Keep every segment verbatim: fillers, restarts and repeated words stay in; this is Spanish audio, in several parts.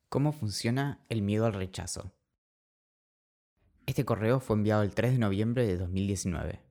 ¿Cómo funciona el miedo al rechazo? Este correo fue enviado el tres de noviembre de dos mil diecinueve.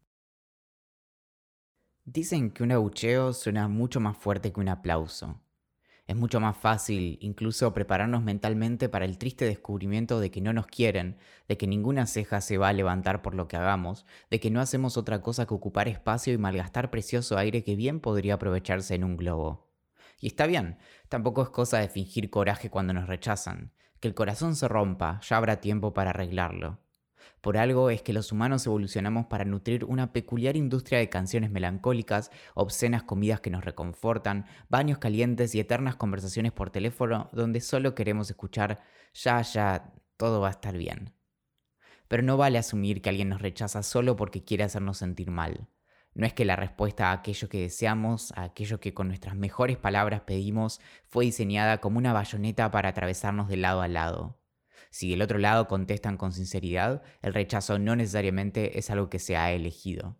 Dicen que un abucheo suena mucho más fuerte que un aplauso. Es mucho más fácil incluso prepararnos mentalmente para el triste descubrimiento de que no nos quieren, de que ninguna ceja se va a levantar por lo que hagamos, de que no hacemos otra cosa que ocupar espacio y malgastar precioso aire que bien podría aprovecharse en un globo. Y está bien, tampoco es cosa de fingir coraje cuando nos rechazan. Que el corazón se rompa, ya habrá tiempo para arreglarlo. Por algo es que los humanos evolucionamos para nutrir una peculiar industria de canciones melancólicas, obscenas comidas que nos reconfortan, baños calientes y eternas conversaciones por teléfono donde solo queremos escuchar ya, ya, todo va a estar bien. Pero no vale asumir que alguien nos rechaza solo porque quiere hacernos sentir mal. No es que la respuesta a aquello que deseamos, a aquello que con nuestras mejores palabras pedimos, fue diseñada como una bayoneta para atravesarnos de lado a lado. Si del otro lado contestan con sinceridad, el rechazo no necesariamente es algo que se ha elegido.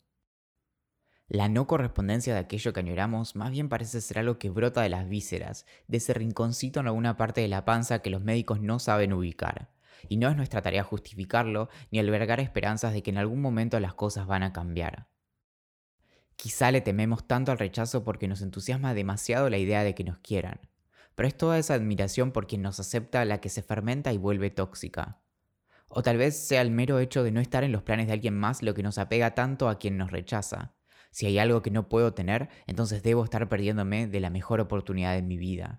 La no correspondencia de aquello que añoramos más bien parece ser algo que brota de las vísceras, de ese rinconcito en alguna parte de la panza que los médicos no saben ubicar. Y no es nuestra tarea justificarlo ni albergar esperanzas de que en algún momento las cosas van a cambiar. Quizá le tememos tanto al rechazo porque nos entusiasma demasiado la idea de que nos quieran. Pero es toda esa admiración por quien nos acepta la que se fermenta y vuelve tóxica. O tal vez sea el mero hecho de no estar en los planes de alguien más lo que nos apega tanto a quien nos rechaza. Si hay algo que no puedo tener, entonces debo estar perdiéndome de la mejor oportunidad de mi vida.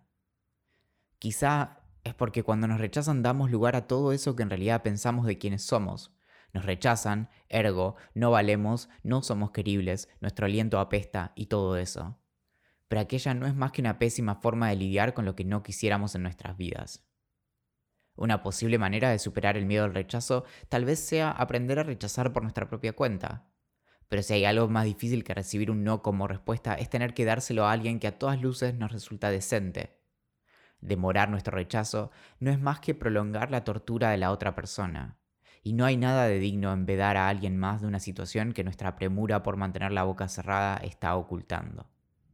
Quizá es porque cuando nos rechazan damos lugar a todo eso que en realidad pensamos de quienes somos. Nos rechazan, ergo, no valemos, no somos queribles, nuestro aliento apesta y todo eso. Pero aquella no es más que una pésima forma de lidiar con lo que no quisiéramos en nuestras vidas. Una posible manera de superar el miedo al rechazo tal vez sea aprender a rechazar por nuestra propia cuenta. Pero si hay algo más difícil que recibir un no como respuesta es tener que dárselo a alguien que a todas luces nos resulta decente. Demorar nuestro rechazo no es más que prolongar la tortura de la otra persona. Y no hay nada de digno en vedar a alguien más de una situación que nuestra premura por mantener la boca cerrada está ocultando.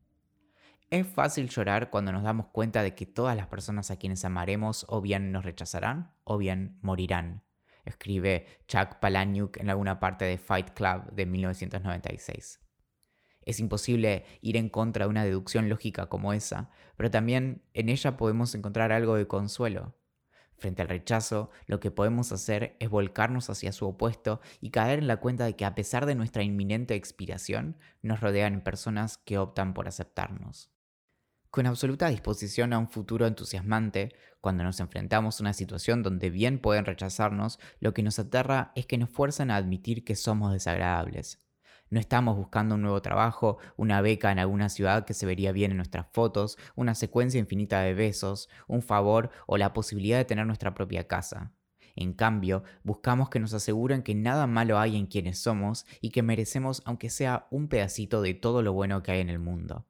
Es fácil llorar cuando nos damos cuenta de que todas las personas a quienes amaremos o bien nos rechazarán o bien morirán, escribe Chuck Palahniuk en alguna parte de Fight Club de mil novecientos noventa y seis. Es imposible ir en contra de una deducción lógica como esa, pero también en ella podemos encontrar algo de consuelo. Frente al rechazo, lo que podemos hacer es volcarnos hacia su opuesto y caer en la cuenta de que a pesar de nuestra inminente expiración, nos rodean personas que optan por aceptarnos. Con absoluta disposición a un futuro entusiasmante, cuando nos enfrentamos a una situación donde bien pueden rechazarnos, lo que nos aterra es que nos fuerzan a admitir que somos desagradables. No estamos buscando un nuevo trabajo, una beca en alguna ciudad que se vería bien en nuestras fotos, una secuencia infinita de besos, un favor o la posibilidad de tener nuestra propia casa. En cambio, buscamos que nos aseguren que nada malo hay en quienes somos y que merecemos aunque sea un pedacito de todo lo bueno que hay en el mundo.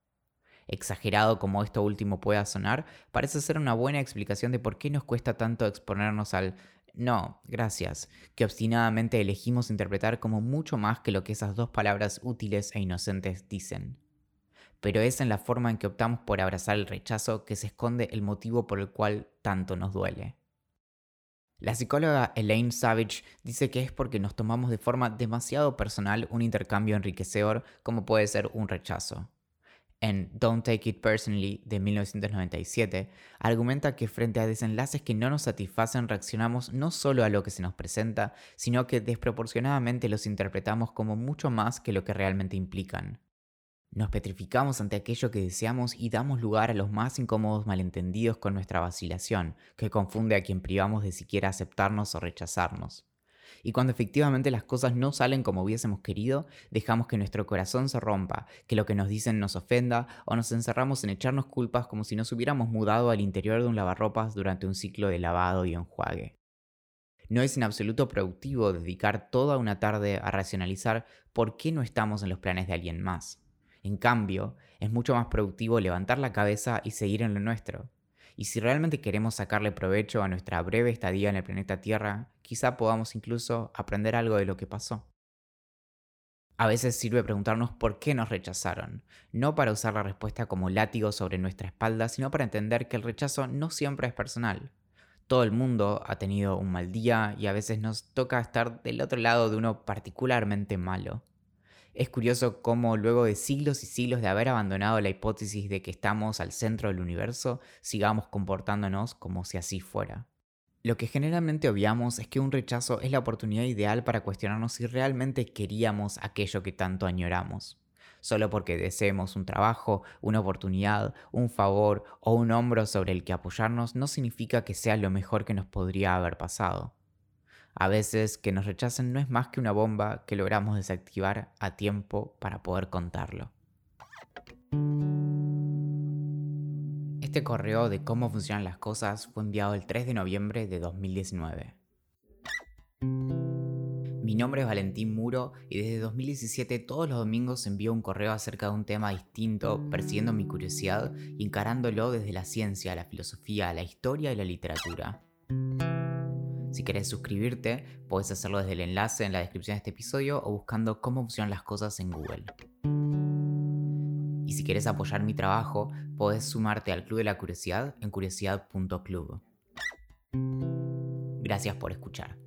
Exagerado como esto último pueda sonar, parece ser una buena explicación de por qué nos cuesta tanto exponernos al no, gracias, que obstinadamente elegimos interpretar como mucho más que lo que esas dos palabras útiles e inocentes dicen. Pero es en la forma en que optamos por abrazar el rechazo que se esconde el motivo por el cual tanto nos duele. La psicóloga Elaine Savage dice que es porque nos tomamos de forma demasiado personal un intercambio enriquecedor como puede ser un rechazo. En Don't Take It Personally de mil novecientos noventa y siete, argumenta que frente a desenlaces que no nos satisfacen reaccionamos no solo a lo que se nos presenta, sino que desproporcionadamente los interpretamos como mucho más que lo que realmente implican. Nos petrificamos ante aquello que deseamos y damos lugar a los más incómodos malentendidos con nuestra vacilación, que confunde a quien privamos de siquiera aceptarnos o rechazarnos. Y cuando efectivamente las cosas no salen como hubiésemos querido, dejamos que nuestro corazón se rompa, que lo que nos dicen nos ofenda o nos encerramos en echarnos culpas como si nos hubiéramos mudado al interior de un lavarropas durante un ciclo de lavado y enjuague. No es en absoluto productivo dedicar toda una tarde a racionalizar por qué no estamos en los planes de alguien más. En cambio, es mucho más productivo levantar la cabeza y seguir en lo nuestro. Y si realmente queremos sacarle provecho a nuestra breve estadía en el planeta Tierra, quizá podamos incluso aprender algo de lo que pasó. A veces sirve preguntarnos por qué nos rechazaron, no para usar la respuesta como látigo sobre nuestra espalda, sino para entender que el rechazo no siempre es personal. Todo el mundo ha tenido un mal día y a veces nos toca estar del otro lado de uno particularmente malo. Es curioso cómo luego de siglos y siglos de haber abandonado la hipótesis de que estamos al centro del universo, sigamos comportándonos como si así fuera. Lo que generalmente obviamos es que un rechazo es la oportunidad ideal para cuestionarnos si realmente queríamos aquello que tanto añoramos. Solo porque deseemos un trabajo, una oportunidad, un favor o un hombro sobre el que apoyarnos no significa que sea lo mejor que nos podría haber pasado. A veces que nos rechacen no es más que una bomba que logramos desactivar a tiempo para poder contarlo. Este correo de cómo funcionan las cosas fue enviado el tres de noviembre de dos mil diecinueve. Mi nombre es Valentín Muro y desde dos mil diecisiete todos los domingos envío un correo acerca de un tema distinto, persiguiendo mi curiosidad y encarándolo desde la ciencia, la filosofía, la historia y la literatura. Si querés suscribirte, podés hacerlo desde el enlace en la descripción de este episodio o buscando cómo funcionan las cosas en Google. Y si querés apoyar mi trabajo, podés sumarte al Club de la Curiosidad en curiosidad punto club. Gracias por escuchar.